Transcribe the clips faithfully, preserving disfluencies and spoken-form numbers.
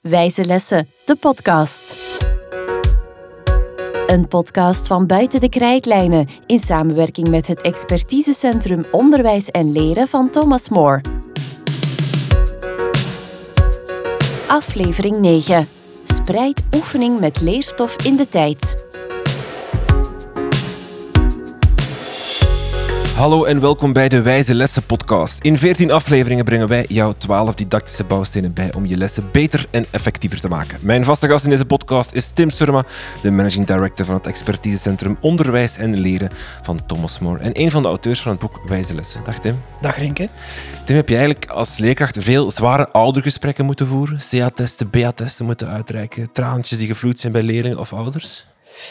Wijze Lessen, de podcast. Een podcast van Buiten de Krijtlijnen in samenwerking met het expertisecentrum Onderwijs en Leren van Thomas More. Aflevering negen. Spreid oefening met leerstof in de tijd. Hallo en welkom bij de Wijze Lessen podcast. In veertien afleveringen brengen wij jou twaalf didactische bouwstenen bij om je lessen beter en effectiever te maken. Mijn vaste gast in deze podcast is Tim Surma, de managing director van het expertisecentrum Onderwijs en Leren van Thomas More en een van de auteurs van het boek Wijze Lessen. Dag Tim. Dag Renke. Tim, heb je eigenlijk als leerkracht veel zware oudergesprekken moeten voeren? C A-testen, B A-testen moeten uitreiken, traantjes die gevloeid zijn bij leerlingen of ouders?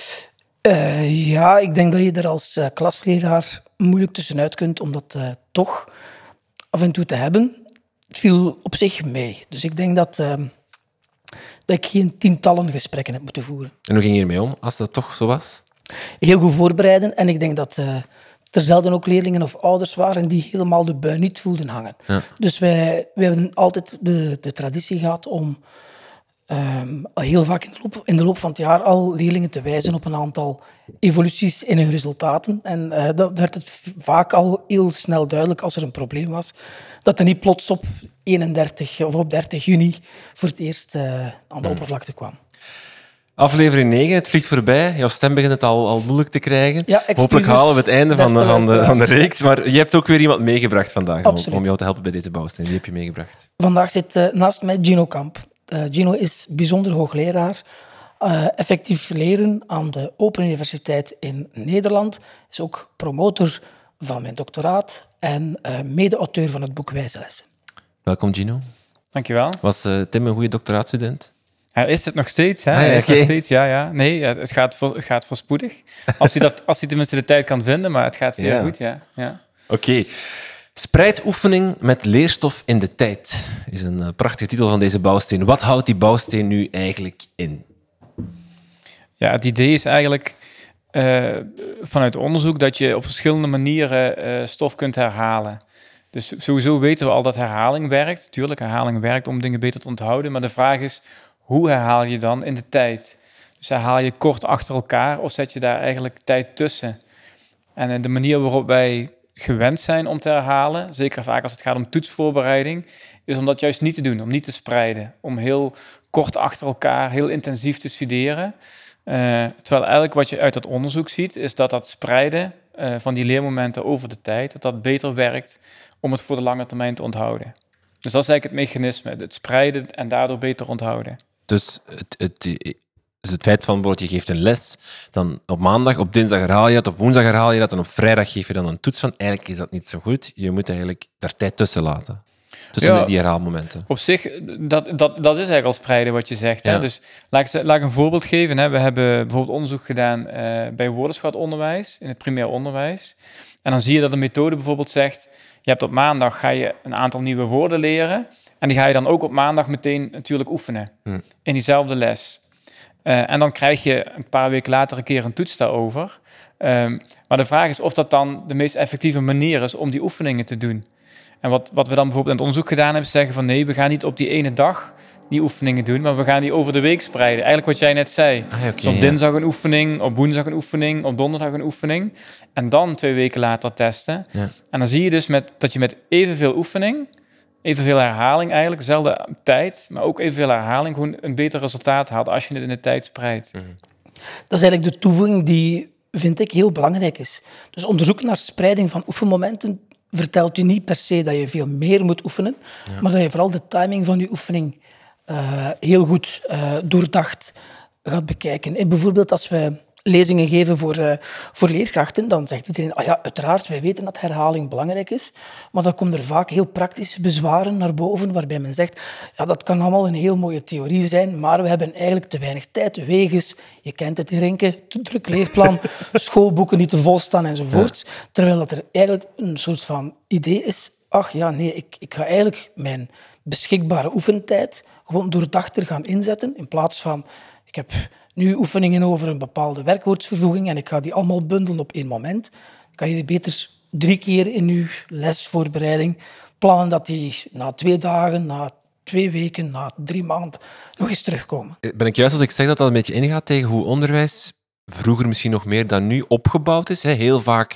Uh, ja, ik denk dat je er als uh, klasleraar moeilijk tussenuit kunt om dat uh, toch af en toe te hebben. Het viel op zich mee. Dus ik denk dat, uh, dat ik geen tientallen gesprekken heb moeten voeren. En hoe ging je ermee om, als dat toch zo was? Heel goed voorbereiden. En ik denk dat uh, er zelden ook leerlingen of ouders waren die helemaal de bui niet voelden hangen. Ja. Dus wij, wij hebben altijd de, de traditie gehad om Um, heel vaak in de, loop, in de loop van het jaar al leerlingen te wijzen op een aantal evoluties in hun resultaten. En uh, dat werd het vaak al heel snel duidelijk als er een probleem was, dat er niet plots op eenendertig of op dertig juni voor het eerst uh, aan de oppervlakte kwam. Aflevering negen, het vliegt voorbij. Jouw stem begint het al, al moeilijk te krijgen. Ja, hopelijk halen we het einde van de, van, de, van de reeks. Maar je hebt ook weer iemand meegebracht vandaag om, om jou te helpen bij deze bouwsteen. Wie heb je meegebracht? Vandaag zit uh, naast mij Gino Kamp. Uh, Gino is bijzonder hoogleraar uh, effectief leren aan de Open Universiteit in Nederland. Is ook promotor van mijn doctoraat en uh, mede-auteur van het boek Wijze Lessen. Welkom Gino. Dankjewel. Was uh, Tim een goede doctoraatstudent? Hij is het nog steeds, hè? Ah, ja, hij is okay. nog steeds, ja, ja. Nee, het gaat, voor, het gaat voorspoedig. Als hij, dat, als hij tenminste de tijd kan vinden, maar het gaat zeer ja. goed, ja. ja. Oké. Okay. Spreid oefening met leerstof in de tijd is een uh, prachtige titel van deze bouwsteen. Wat houdt die bouwsteen nu eigenlijk in? Ja, het idee is eigenlijk uh, vanuit onderzoek dat je op verschillende manieren uh, stof kunt herhalen. Dus sowieso weten we al dat herhaling werkt. Tuurlijk, herhaling werkt om dingen beter te onthouden. Maar de vraag is, hoe herhaal je dan in de tijd? Dus herhaal je kort achter elkaar of zet je daar eigenlijk tijd tussen? En uh, de manier waarop wij gewend zijn om te herhalen, zeker vaak als het gaat om toetsvoorbereiding, is om dat juist niet te doen, om niet te spreiden. Om heel kort achter elkaar, heel intensief te studeren. Uh, terwijl eigenlijk wat je uit dat onderzoek ziet, is dat dat spreiden uh, van die leermomenten over de tijd, dat dat beter werkt om het voor de lange termijn te onthouden. Dus dat is eigenlijk het mechanisme, het spreiden en daardoor beter onthouden. Dus het... het Dus het feit van, bijvoorbeeld, je geeft een les, dan op maandag, op dinsdag herhaal je dat, op woensdag herhaal je dat en op vrijdag geef je dan een toets van. Eigenlijk is dat niet zo goed. Je moet eigenlijk daar tijd tussen laten. Tussen ja, die herhaalmomenten. Op zich, dat, dat, dat is eigenlijk al spreiden wat je zegt. Ja. Hè? Dus laat ik, laat ik een voorbeeld geven. Hè? We hebben bijvoorbeeld onderzoek gedaan uh, bij woordenschatonderwijs, in het primair onderwijs. En dan zie je dat een methode bijvoorbeeld zegt, je hebt op maandag ga je een aantal nieuwe woorden leren en die ga je dan ook op maandag meteen natuurlijk oefenen. Hm. In diezelfde les. Uh, en dan krijg je een paar weken later een keer een toets daarover. Um, maar de vraag is of dat dan de meest effectieve manier is om die oefeningen te doen. En wat, wat we dan bijvoorbeeld in het onderzoek gedaan hebben, is zeggen van nee, we gaan niet op die ene dag die oefeningen doen, maar we gaan die over de week spreiden. Eigenlijk wat jij net zei. Ah, okay, dus op dinsdag ja. een oefening, op woensdag een oefening, op donderdag een oefening. En dan twee weken later testen. Ja. En dan zie je dus met, dat je met evenveel oefening, evenveel herhaling eigenlijk, dezelfde tijd, maar ook evenveel herhaling, gewoon een beter resultaat haalt als je het in de tijd spreidt. Mm-hmm. Dat is eigenlijk de toevoeging die, vind ik, heel belangrijk is. Dus onderzoek naar spreiding van oefenmomenten vertelt je niet per se dat je veel meer moet oefenen, ja. maar dat je vooral de timing van je oefening uh, heel goed uh, doordacht gaat bekijken. En bijvoorbeeld als we lezingen geven voor, uh, voor leerkrachten, dan zegt iedereen, ah ja, uiteraard, wij weten dat herhaling belangrijk is, maar dan komen er vaak heel praktische bezwaren naar boven, waarbij men zegt, ja, dat kan allemaal een heel mooie theorie zijn, maar we hebben eigenlijk te weinig tijd, wegens, je kent het, Renke, te druk leerplan, schoolboeken die te vol staan enzovoorts, ja. Terwijl dat er eigenlijk een soort van idee is, ach ja, nee, ik, ik ga eigenlijk mijn beschikbare oefentijd gewoon doordachter gaan inzetten, in plaats van, ik heb nu oefeningen over een bepaalde werkwoordsvervoeging en ik ga die allemaal bundelen op één moment. Dan kan je die beter drie keer in je lesvoorbereiding plannen dat die na twee dagen, na twee weken, na drie maanden, nog eens terugkomen. Ben ik juist als ik zeg dat dat een beetje ingaat tegen hoe onderwijs vroeger misschien nog meer dan nu opgebouwd is? Hè? Heel vaak,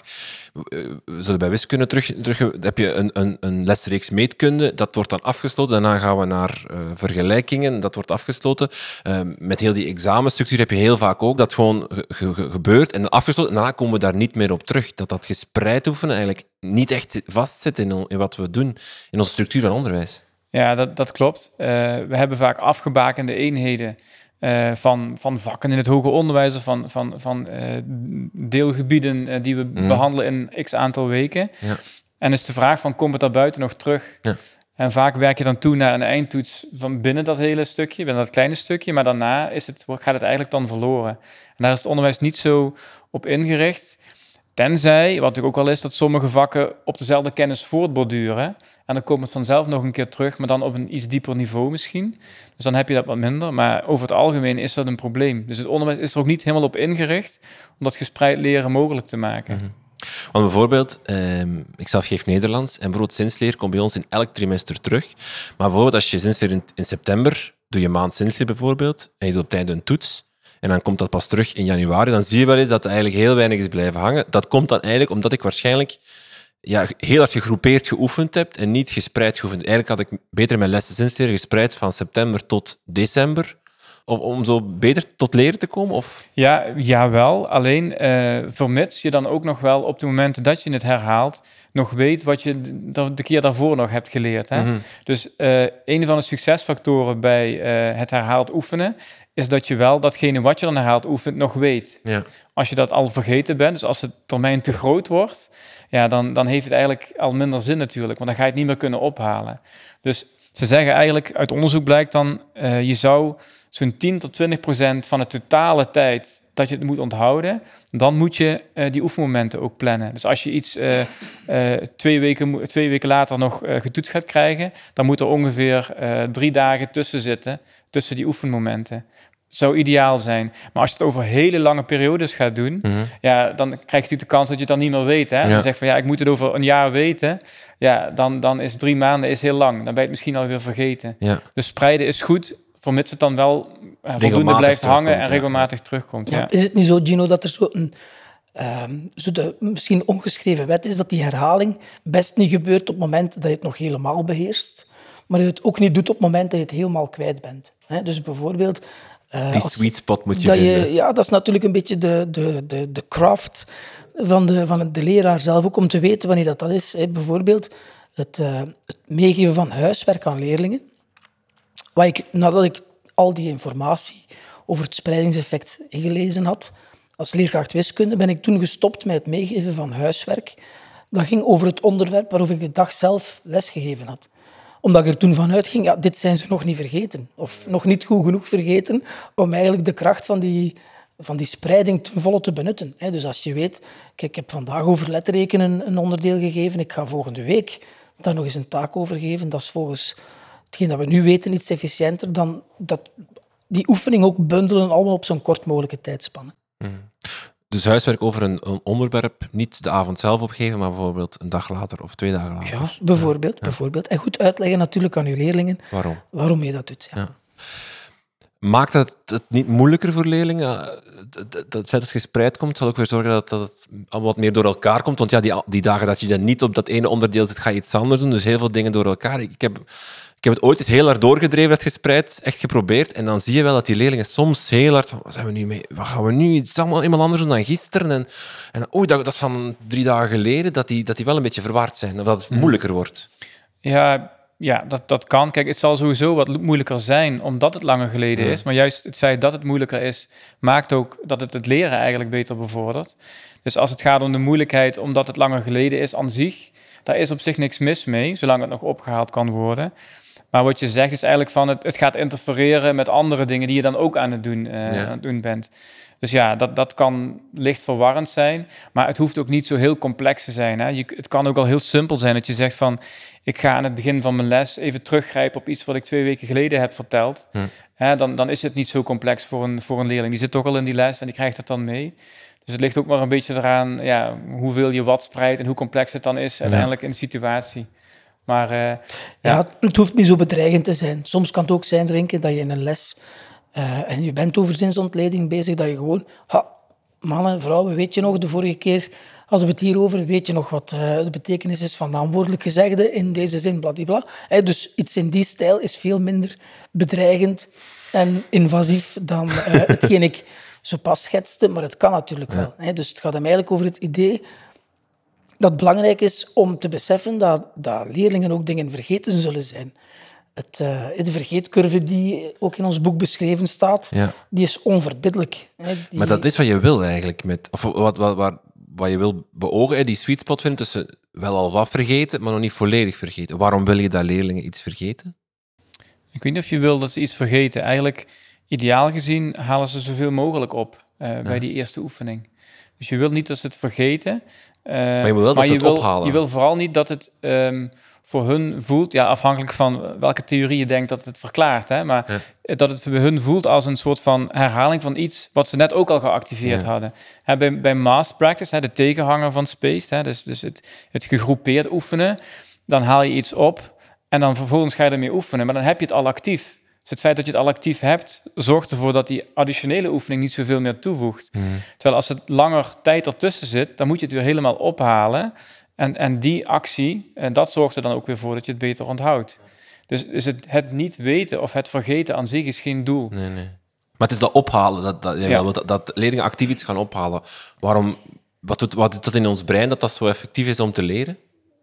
we zullen bij wiskunde terug, terug heb je een, een, een lesreeks meetkunde, dat wordt dan afgesloten. Daarna gaan we naar uh, vergelijkingen, dat wordt afgesloten. Uh, met heel die examenstructuur heb je heel vaak ook dat gewoon ge- ge- gebeurt en afgesloten. En daarna komen we daar niet meer op terug. Dat dat gespreid oefenen eigenlijk niet echt vastzit in, in wat we doen, in onze structuur van onderwijs. Ja, dat, dat klopt. Uh, we hebben vaak afgebakende eenheden uh, van, van vakken in het hoger onderwijs of van, van, van uh, deelgebieden uh, die we mm. behandelen in x aantal weken. Ja. En is de vraag van, komt het daar buiten nog terug? Ja. En vaak werk je dan toe naar een eindtoets van binnen dat hele stukje, binnen dat kleine stukje, maar daarna is het, gaat het eigenlijk dan verloren. En daar is het onderwijs niet zo op ingericht. Tenzij, wat natuurlijk ook wel is, dat sommige vakken op dezelfde kennis voortborduren. En dan komt het vanzelf nog een keer terug, maar dan op een iets dieper niveau misschien. Dus dan heb je dat wat minder. Maar over het algemeen is dat een probleem. Dus het onderwijs is er ook niet helemaal op ingericht om dat gespreid leren mogelijk te maken. Mm-hmm. Want bijvoorbeeld, eh, ik zelf geef Nederlands en bijvoorbeeld zinsleer komt bij ons in elk trimester terug. Maar bijvoorbeeld als je zinsleer in, in september, doe je maand zinsleer bijvoorbeeld, en je doet op het einde een toets, en dan komt dat pas terug in januari, dan zie je wel eens dat er eigenlijk heel weinig is blijven hangen. Dat komt dan eigenlijk omdat ik waarschijnlijk ja, heel hard gegroepeerd geoefend heb en niet gespreid geoefend. Eigenlijk had ik beter mijn lessen zinsleer gespreid van september tot december, om, om zo beter tot leren te komen? Of? Ja, jawel. Alleen uh, vermits je dan ook nog wel op de momenten dat je het herhaalt, nog weet wat je de, de keer daarvoor nog hebt geleerd. Hè? Mm-hmm. Dus uh, een van de succesfactoren bij uh, het herhaald oefenen is dat je wel datgene wat je dan herhaald oefent nog weet. Ja. Als je dat al vergeten bent, dus als de termijn te groot wordt, ja, dan, dan heeft het eigenlijk al minder zin natuurlijk, want dan ga je het niet meer kunnen ophalen. Dus ze zeggen eigenlijk, uit onderzoek blijkt dan, uh, je zou zo'n tien tot twintig procent van de totale tijd dat je het moet onthouden, dan moet je uh, die oefenmomenten ook plannen. Dus als je iets uh, uh, twee, weken, twee weken later nog uh, getoetst gaat krijgen, dan moet er ongeveer uh, drie dagen tussen zitten, tussen die oefenmomenten. Zou ideaal zijn. Maar als je het over hele lange periodes gaat doen, mm-hmm. ja, dan krijg je natuurlijk de kans dat je het dan niet meer weet. Hè? Ja. Dan zeg je van, ja, ik moet het over een jaar weten. Ja, dan, dan is drie maanden is heel lang. Dan ben je het misschien alweer vergeten. Ja. Dus spreiden is goed, vermits het dan wel uh, voldoende blijft hangen en regelmatig ja. terugkomt. Ja. Ja. Is het niet zo, Gino, dat er zo een um, zo de misschien ongeschreven wet is dat die herhaling best niet gebeurt op het moment dat je het nog helemaal beheerst, maar dat je het ook niet doet op het moment dat je het helemaal kwijt bent. Hè? Dus bijvoorbeeld Uh, die sweet spot moet je dat vinden. Je, ja, dat is natuurlijk een beetje de, de, de, de craft van de, van de leraar zelf, ook om te weten wanneer dat, dat is. Hè. Bijvoorbeeld het, uh, het meegeven van huiswerk aan leerlingen. Wat ik, nadat ik al die informatie over het spreidingseffect gelezen had, als leerkracht wiskunde, ben ik toen gestopt met het meegeven van huiswerk. Dat ging over het onderwerp waarover ik de dag zelf lesgegeven had. Omdat ik er toen vanuit ging, ja, dit zijn ze nog niet vergeten. Of nog niet goed genoeg vergeten om eigenlijk de kracht van die, van die spreiding ten volle te benutten. Dus als je weet, kijk, ik heb vandaag over letterrekenen een onderdeel gegeven, ik ga volgende week daar nog eens een taak over geven. Dat is volgens hetgeen dat we nu weten iets efficiënter dan dat die oefening ook bundelen, allemaal op zo'n kort mogelijke tijdspanne. Mm. Dus huiswerk over een, een onderwerp, niet de avond zelf opgeven, maar bijvoorbeeld een dag later of twee dagen later. Ja, bijvoorbeeld. Ja. bijvoorbeeld. En goed uitleggen natuurlijk aan je leerlingen waarom, waarom je dat doet. Ja. Ja. Maakt dat het niet moeilijker voor leerlingen? Het feit dat het gespreid komt, zal ook weer zorgen dat, dat het allemaal wat meer door elkaar komt. Want ja, die, die dagen dat je dan niet op dat ene onderdeel zit, ga je iets anders doen. Dus heel veel dingen door elkaar. Ik heb, ik heb het ooit eens heel hard doorgedreven, dat gespreid, echt geprobeerd. En dan zie je wel dat die leerlingen soms heel hard van, wat zijn we nu mee? Wat gaan we nu? Het is allemaal iemand anders dan gisteren. En, en oei, dat, dat is van drie dagen geleden, dat die, dat die wel een beetje verward zijn. Of dat het moeilijker wordt. Ja... Ja, dat, dat kan. Kijk, het zal sowieso wat moeilijker zijn omdat het langer geleden ja. is. Maar juist het feit dat het moeilijker is, maakt ook dat het het leren eigenlijk beter bevordert. Dus als het gaat om de moeilijkheid omdat het langer geleden is aan zich, daar is op zich niks mis mee, zolang het nog opgehaald kan worden. Maar wat je zegt is eigenlijk van het, het gaat interfereren met andere dingen die je dan ook aan het doen, uh, ja. aan het doen bent. Dus ja, dat, dat kan licht verwarrend zijn, maar het hoeft ook niet zo heel complex te zijn. Hè? Je, het kan ook al heel simpel zijn dat je zegt van, ik ga aan het begin van mijn les even teruggrijpen op iets wat ik twee weken geleden heb verteld. Hm. Hè, dan, dan is het niet zo complex voor een, voor een leerling. Die zit toch al in die les en die krijgt het dan mee. Dus het ligt ook maar een beetje eraan ja, hoeveel je wat spreidt en hoe complex het dan is uiteindelijk ja. in de situatie. Maar uh, ja. ja, het hoeft niet zo bedreigend te zijn. Soms kan het ook zijn, drinken, dat je in een les uh, en je bent over zinsontleding bezig, dat je gewoon, ha, mannen, vrouwen, weet je nog, de vorige keer hadden we het hierover, weet je nog wat uh, de betekenis is van naamwoordelijk gezegde in deze zin, bladibla. Hey, dus iets in die stijl is veel minder bedreigend en invasief dan uh, hetgeen ik zo pas schetste, maar het kan natuurlijk wel. Ja. Hè? Dus het gaat hem eigenlijk over het idee dat het belangrijk is om te beseffen dat, dat leerlingen ook dingen vergeten zullen zijn. Het, uh, de vergeetcurve die ook in ons boek beschreven staat, ja. die is onverbiddelijk. Hè? Die... Maar dat is wat je wil eigenlijk, met, of wat, wat, wat, wat je wil beogen, hè? Die sweet spot vinden tussen wel al wat vergeten, maar nog niet volledig vergeten. Waarom wil je dat leerlingen iets vergeten? Ik weet niet of je wil dat ze iets vergeten. Eigenlijk, ideaal gezien, halen ze zoveel mogelijk op uh, ja. bij die eerste oefening. Dus je wil niet dat ze het vergeten. Uh, maar je wil wel dat ze het wil, ophalen. Je wil vooral niet dat het um, voor hun voelt, ja, afhankelijk van welke theorie je denkt dat het verklaart, hè, maar ja. dat het bij hun voelt als een soort van herhaling van iets wat ze net ook al geactiveerd ja. hadden. Hè, bij, bij mass practice, hè, de tegenhanger van spaced, hè, dus, dus het, het gegroepeerd oefenen, dan haal je iets op en dan vervolgens ga je ermee oefenen, maar dan heb je het al actief. Dus het feit dat je het al actief hebt, zorgt ervoor dat die additionele oefening niet zoveel meer toevoegt. Mm. Terwijl als er langer tijd ertussen zit, dan moet je het weer helemaal ophalen. En, en die actie, en dat zorgt er dan ook weer voor dat je het beter onthoudt. Dus, dus het, het niet weten of het vergeten aan zich is geen doel. Nee, nee. Maar het is dat ophalen, dat, dat, ja. dat, dat leerlingen actief iets gaan ophalen. Waarom, wat doet, wat doet dat in ons brein dat dat zo effectief is om te leren?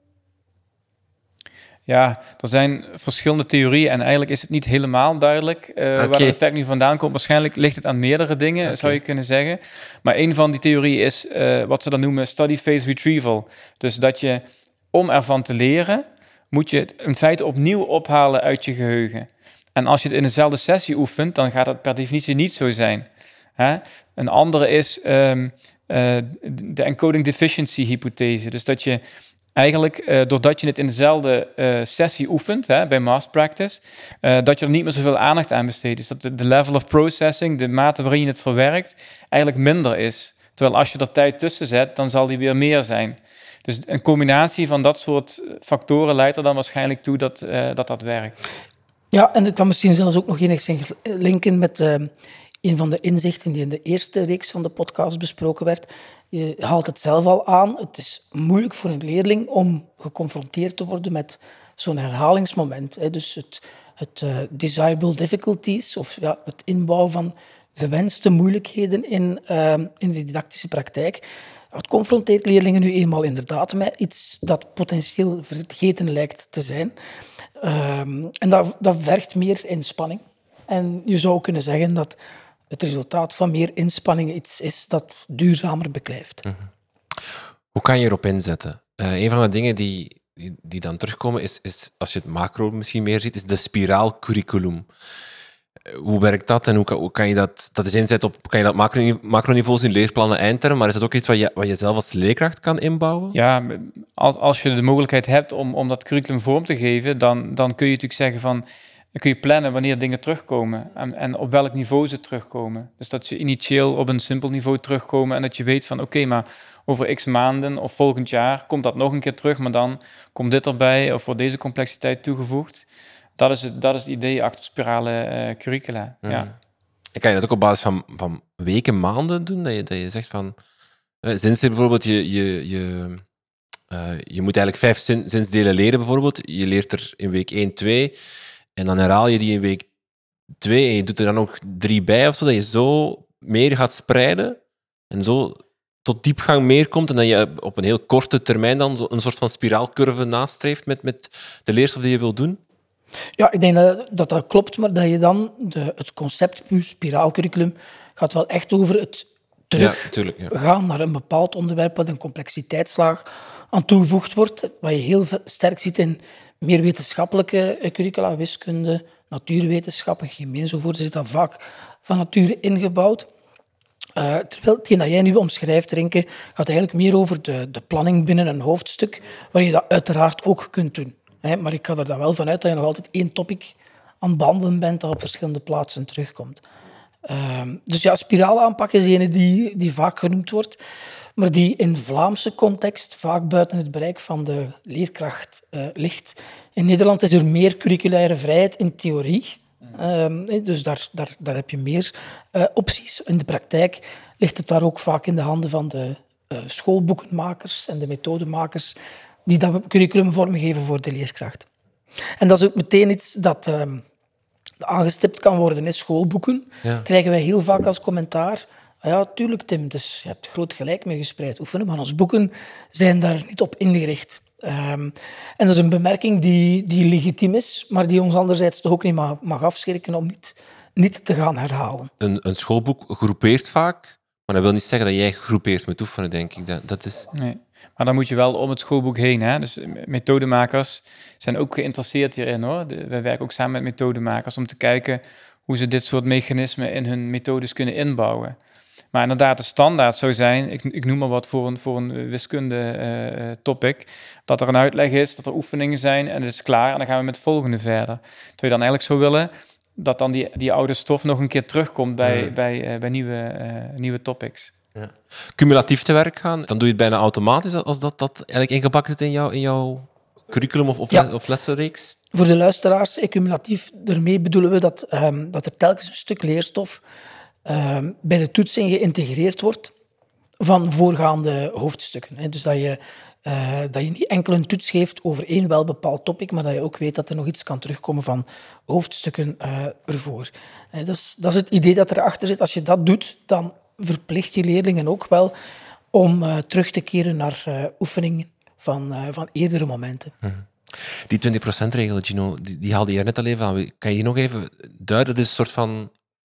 Ja, er zijn verschillende theorieën en eigenlijk is het niet helemaal duidelijk uh, okay. waar het effect nu vandaan komt. Waarschijnlijk ligt het aan meerdere dingen, okay. zou je kunnen zeggen. Maar een van die theorieën is uh, wat ze dan noemen study phase retrieval. Dus dat je, om ervan te leren, moet je het in feite opnieuw ophalen uit je geheugen. En als je het in dezelfde sessie oefent, dan gaat dat per definitie niet zo zijn. Hè? Een andere is um, uh, de encoding deficiency hypothese. Dus dat je eigenlijk, uh, doordat je het in dezelfde uh, sessie oefent, hè, bij mass practice, uh, dat je er niet meer zoveel aandacht aan besteedt. Dus dat de, de level of processing, de mate waarin je het verwerkt, eigenlijk minder is. Terwijl als je er tijd tussen zet, dan zal die weer meer zijn. Dus een combinatie van dat soort factoren leidt er dan waarschijnlijk toe dat uh, dat, dat werkt. Ja, en ik kan misschien zelfs ook nog enigszins linken met uh, een van de inzichten die in de eerste reeks van de podcast besproken werd. Je haalt het zelf al aan. Het is moeilijk voor een leerling om geconfronteerd te worden met zo'n herhalingsmoment. Hè. Dus het, het uh, desirable difficulties, of ja, het inbouwen van gewenste moeilijkheden in, uh, in de didactische praktijk. Het confronteert leerlingen nu eenmaal inderdaad met iets dat potentieel vergeten lijkt te zijn. Um, en dat, dat vergt meer inspanning. En je zou kunnen zeggen dat het resultaat van meer inspanning iets is dat duurzamer beklijft. Mm-hmm. Hoe kan je erop inzetten? Uh, een van de dingen die, die, die dan terugkomen is, is, als je het macro misschien meer ziet, is de spiraalcurriculum. Uh, hoe werkt dat en hoe kan, hoe kan je dat... Dat is inzet op... Kan je dat macro, macroniveau zien, leerplannen, eindtermen, maar is dat ook iets wat je, wat je zelf als leerkracht kan inbouwen? Ja, als, als je de mogelijkheid hebt om, om dat curriculum vorm te geven, dan, dan kun je natuurlijk zeggen van... Dan kun je plannen wanneer dingen terugkomen en, en op welk niveau ze terugkomen. Dus dat ze initieel op een simpel niveau terugkomen en dat je weet van oké, okay, maar over x maanden of volgend jaar komt dat nog een keer terug, maar dan komt dit erbij of wordt deze complexiteit toegevoegd. Dat is het, dat is het idee achter spirale uh, curricula. Mm. Ja. En kan je dat ook op basis van, van weken, maanden doen? Dat je, dat je zegt van... Uh, zinsdelen bijvoorbeeld, je, je, je, uh, je moet eigenlijk vijf zin, zinsdelen leren bijvoorbeeld. Je leert er in week één, twee... En dan herhaal je die in week twee en je doet er dan nog drie bij of zo, dat je zo meer gaat spreiden en zo tot diepgang meer komt en dat je op een heel korte termijn dan een soort van spiraalcurve nastreeft met, met de leerstof die je wil doen? Ja, ik denk dat dat, dat klopt, maar dat je dan de, het concept spiraalcurriculum gaat wel echt over het teruggaan ja, ja. naar een bepaald onderwerp wat een complexiteitslaag aan toegevoegd wordt, wat je heel sterk ziet in meer wetenschappelijke curricula, wiskunde, natuurwetenschappen, chemie enzovoort, zit dat vaak van nature ingebouwd. Uh, terwijl hetgeen dat jij nu omschrijft, Rinke, gaat eigenlijk meer over de, de planning binnen een hoofdstuk, waar je dat uiteraard ook kunt doen. Hè? Maar ik ga er dan wel vanuit dat je nog altijd één topic aan het behandelen bent dat op verschillende plaatsen terugkomt. Um, dus ja, spiraalaanpak is een die, die vaak genoemd wordt, maar die in Vlaamse context vaak buiten het bereik van de leerkracht uh, ligt. In Nederland is er meer curriculaire vrijheid in theorie. Um, dus daar, daar, daar heb je meer uh, opties. In de praktijk ligt het daar ook vaak in de handen van de uh, schoolboekenmakers en de methodemakers die dat curriculum vormgeven voor de leerkracht. En dat is ook meteen iets dat um, aangestipt kan worden. In schoolboeken ja. krijgen wij heel vaak als commentaar: ah ja, tuurlijk Tim, dus je hebt groot gelijk mee gespreid oefenen, maar onze boeken zijn daar niet op ingericht. Um, en dat is een bemerking die, die legitiem is, maar die ons anderzijds toch ook niet mag, mag afschrikken om niet, niet te gaan herhalen. Een, een schoolboek groepeert vaak, maar dat wil niet zeggen dat jij gegroepeerd moet oefenen, denk ik. Dat, dat is... Nee, maar dan moet je wel om het schoolboek heen. Hè? Dus methodemakers zijn ook geïnteresseerd hierin, hoor. De, wij werken ook samen met methodemakers om te kijken hoe ze dit soort mechanismen in hun methodes kunnen inbouwen. Maar inderdaad, de standaard zou zijn, ik, ik noem maar wat voor een, voor een wiskunde uh, topic, dat er een uitleg is, dat er oefeningen zijn en het is klaar en dan gaan we met het volgende verder. Terwijl je dan eigenlijk zou willen dat dan die, die oude stof nog een keer terugkomt bij, ja. bij, uh, bij nieuwe, uh, nieuwe topics. Ja. Cumulatief te werk gaan, dan doe je het bijna automatisch als dat, dat eigenlijk ingebakken zit in, jou, in jouw curriculum of, of, ja. les, of lessenreeks? Voor de luisteraars, cumulatief, daarmee bedoelen we dat, um, dat er telkens een stuk leerstof Uh, bij de toetsing geïntegreerd wordt van voorgaande hoofdstukken. Hè. Dus dat je, uh, dat je niet enkel een toets geeft over één wel bepaald topic, maar dat je ook weet dat er nog iets kan terugkomen van hoofdstukken uh, ervoor. Hè, dat is, dat is het idee dat erachter zit. Als je dat doet, dan verplicht je leerlingen ook wel om uh, terug te keren naar uh, oefeningen van, uh, van eerdere momenten. Mm-hmm. Die twintig procent regel, Gino, die, die haalde je net al even aan. Kan je die nog even duiden? Dat is een soort van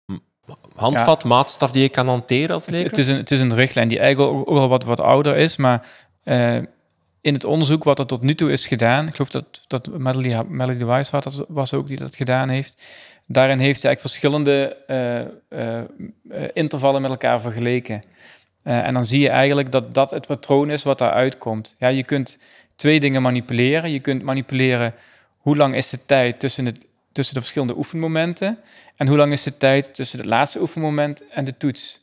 handvat, ja. maatstaf die je kan hanteren als leerkracht? Het, het, is een, het is een richtlijn die eigenlijk ook al wat, wat ouder is, maar uh, in het onderzoek wat er tot nu toe is gedaan, ik geloof dat, dat Melody, Melody Weiswart was ook die dat gedaan heeft, daarin heeft hij eigenlijk verschillende uh, uh, uh, intervallen met elkaar vergeleken. Uh, en dan zie je eigenlijk dat dat het patroon is wat daaruit komt. Ja, je kunt twee dingen manipuleren. Je kunt manipuleren hoe lang is de tijd tussen het tussen de verschillende oefenmomenten en hoe lang is de tijd tussen het laatste oefenmoment en de toets.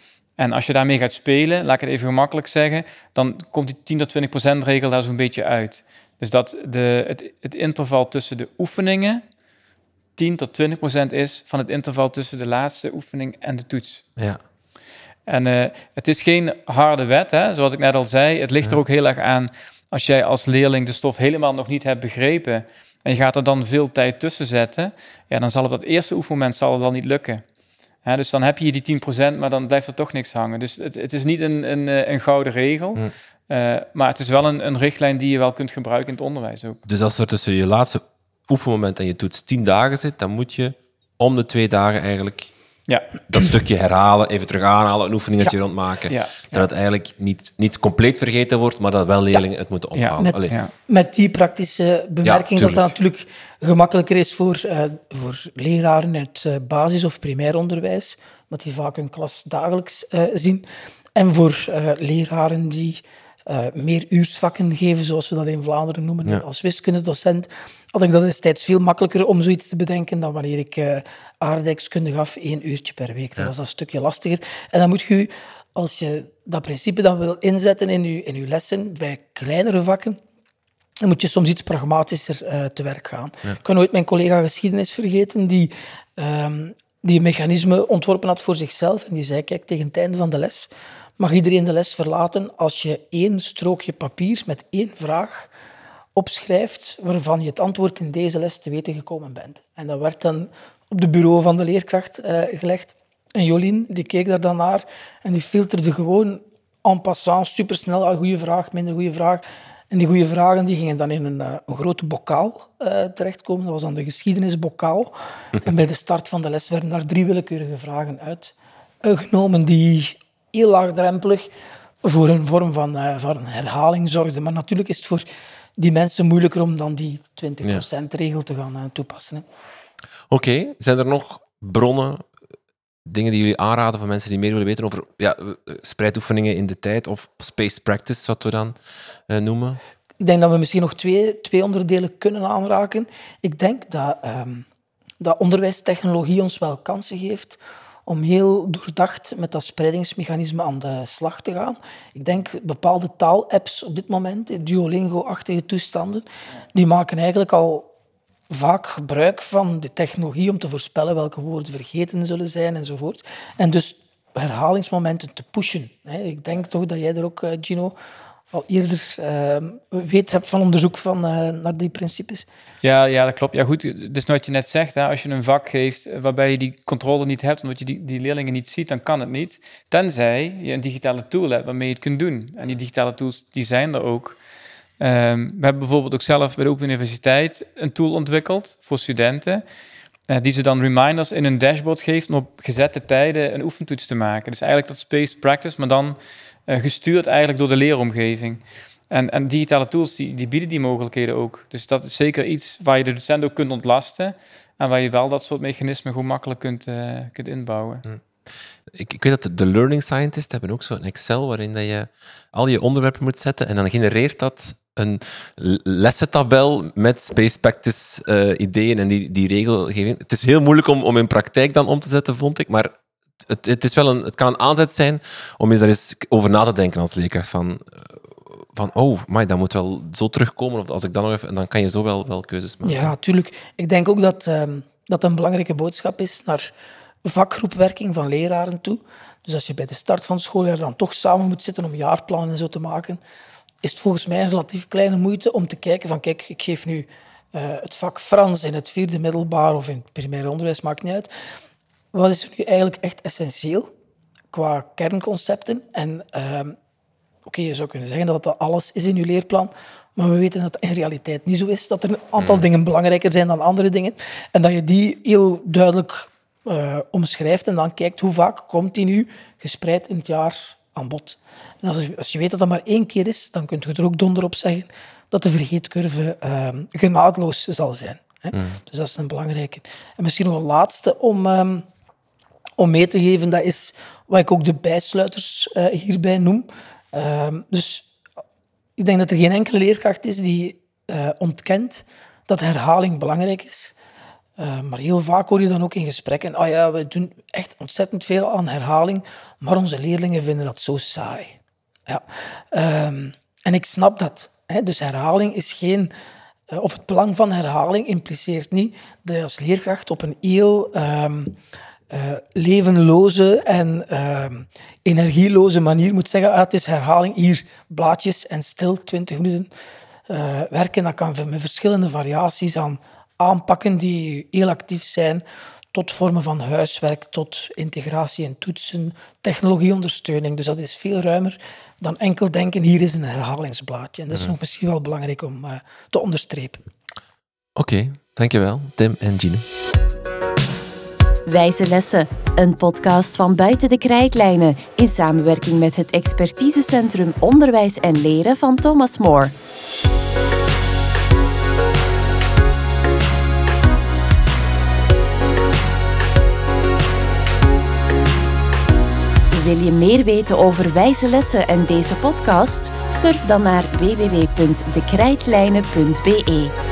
En als je daarmee gaat spelen, laat ik het even gemakkelijk zeggen, dan komt die tien tot twintig procent regel daar zo'n beetje uit. Dus dat de, het, het interval tussen de oefeningen tien tot twintig procent is van het interval tussen de laatste oefening en de toets. Ja. En uh, het is geen harde wet, hè, zoals ik net al zei. Het ligt ja. er ook heel erg aan, als jij als leerling de stof helemaal nog niet hebt begrepen en je gaat er dan veel tijd tussen zetten, ja, dan zal op dat eerste oefenmoment zal het dan niet lukken. Ja, dus dan heb je die tien procent, maar dan blijft er toch niks hangen. Dus het, het is niet een, een, een gouden regel, mm. uh, maar het is wel een, een richtlijn die je wel kunt gebruiken in het onderwijs ook. Dus als er tussen je laatste oefenmoment en je toets tien dagen zit, dan moet je om de twee dagen eigenlijk ja. dat stukje herhalen, even terug aanhalen, een oefeningetje ja. rondmaken. Ja. Dat ja. het eigenlijk niet, niet compleet vergeten wordt, maar dat wel leerlingen ja. het moeten onthouden. Ja. Met, ja. met die praktische bemerking ja, dat dat natuurlijk gemakkelijker is voor, uh, voor leraren in het uh, basis- of primair onderwijs, omdat die vaak hun klas dagelijks uh, zien. En voor uh, leraren die uh, meer uursvakken geven, zoals we dat in Vlaanderen noemen, ja. als wiskundedocent, had ik dat destijds veel makkelijker om zoiets te bedenken dan wanneer ik uh, aardrijkskunde gaf, één uurtje per week. Dat ja. was dat een stukje lastiger. En dan moet je, als je dat principe dan wil inzetten in je, in je lessen, bij kleinere vakken, dan moet je soms iets pragmatischer uh, te werk gaan. Ja. Ik kan nooit mijn collega geschiedenis vergeten, die, um, die een mechanisme ontworpen had voor zichzelf. En die zei, kijk, tegen het einde van de les mag iedereen de les verlaten als je één strookje papier met één vraag opschrijft waarvan je het antwoord in deze les te weten gekomen bent. En dat werd dan op de bureau van de leerkracht uh, gelegd. En Jolien, die keek daar dan naar en die filterde gewoon en passant supersnel een goede vraag, minder goede vraag. En die goede vragen die gingen dan in een, uh, een grote bokaal uh, terechtkomen. Dat was dan de geschiedenisbokaal. En bij de start van de les werden daar drie willekeurige vragen uitgenomen die heel laagdrempelig voor een vorm van, uh, van herhaling zorgden. Maar natuurlijk is het voor die mensen moeilijker om dan die twintig procent-regel te gaan uh, toepassen. Hè. Oké, okay. Zijn er nog bronnen, dingen die jullie aanraden voor mensen die meer willen weten over ja, spreidoefeningen in de tijd of spaced practice, wat we dan uh, noemen? Ik denk dat we misschien nog twee, twee onderdelen kunnen aanraken. Ik denk dat, um, dat onderwijstechnologie ons wel kansen geeft om heel doordacht met dat spreidingsmechanisme aan de slag te gaan. Ik denk bepaalde taalapps op dit moment, Duolingo-achtige toestanden, die maken eigenlijk al vaak gebruik van de technologie om te voorspellen welke woorden vergeten zullen zijn enzovoort. En dus herhalingsmomenten te pushen. Ik denk toch dat jij er ook, Gino, al eerder uh, weet hebt van onderzoek van, uh, naar die principes. Ja, ja, dat klopt. Ja, goed, dus wat je net zegt, hè, als je een vak geeft waarbij je die controle niet hebt, omdat je die, die leerlingen niet ziet, dan kan het niet. Tenzij je een digitale tool hebt waarmee je het kunt doen. En die digitale tools, die zijn er ook. Um, we hebben bijvoorbeeld ook zelf bij de Open Universiteit een tool ontwikkeld voor studenten, uh, die ze dan reminders in hun dashboard geeft om op gezette tijden een oefentoets te maken. Dus eigenlijk dat spaced practice, maar dan uh, gestuurd eigenlijk door de leeromgeving. En, en digitale tools die, die bieden die mogelijkheden ook. Dus dat is zeker iets waar je de docent ook kunt ontlasten en waar je wel dat soort mechanismen goed makkelijk kunt, uh, kunt inbouwen. Hmm. Ik, ik weet dat de, de learning scientists hebben ook zo'n Excel waarin dat je al je onderwerpen moet zetten en dan genereert dat een lessentabel met spaced practice uh, ideeën en die, die regelgeving. Het is heel moeilijk om, om in praktijk dan om te zetten, vond ik, maar het, het, is wel een, het kan een aanzet zijn om eens daar eens over na te denken als leerkracht van, van oh, maar dat moet wel zo terugkomen, of als ik dan nog even, dan kan je zo wel, wel keuzes maken. Ja, natuurlijk. Ik denk ook dat um, dat een belangrijke boodschap is naar vakgroepwerking van leraren toe. Dus als je bij de start van het schooljaar dan toch samen moet zitten om jaarplannen en zo te maken, is het volgens mij een relatief kleine moeite om te kijken van kijk, ik geef nu uh, het vak Frans in het vierde middelbaar of in het primair onderwijs, maakt niet uit. Wat is er nu eigenlijk echt essentieel qua kernconcepten? En uh, oké, okay, je zou kunnen zeggen dat dat alles is in je leerplan, maar we weten dat het in realiteit niet zo is, dat er een aantal mm. dingen belangrijker zijn dan andere dingen en dat je die heel duidelijk uh, omschrijft en dan kijkt hoe vaak komt die nu gespreid in het jaar aan bod. En als je, als je weet dat dat maar één keer is, dan kun je er ook donder op zeggen dat de vergeetcurve uh, genadeloos zal zijn. Hè? Mm. Dus dat is een belangrijke. En misschien nog een laatste om, um, om mee te geven, dat is wat ik ook de bijsluiters uh, hierbij noem. Uh, dus ik denk dat er geen enkele leerkracht is die uh, ontkent dat herhaling belangrijk is. Uh, maar heel vaak hoor je dan ook in gesprekken, ah ja, we doen echt ontzettend veel aan herhaling, maar onze leerlingen vinden dat zo saai. Ja. Um, en ik snap dat. Hè. Dus herhaling is geen... Uh, of het belang van herhaling impliceert niet dat je als leerkracht op een heel um, uh, levenloze en uh, energieloze manier moet zeggen, ah, het is herhaling, hier blaadjes en stil, twintig minuten uh, werken. Dat kan met verschillende variaties aan aanpakken die heel actief zijn, tot vormen van huiswerk, tot integratie in toetsen, technologieondersteuning. Dus dat is veel ruimer dan enkel denken, hier is een herhalingsblaadje. En dat is nog misschien wel belangrijk om uh, te onderstrepen. Oké, okay, dankjewel Tim en Gino. Wijze Lessen, een podcast van Buiten de Krijtlijnen in samenwerking met het expertisecentrum Onderwijs en Leren van Thomas More. Wil je meer weten over Wijze Lessen en deze podcast? Surf dan naar w w w punt de krijtlijnen punt b e.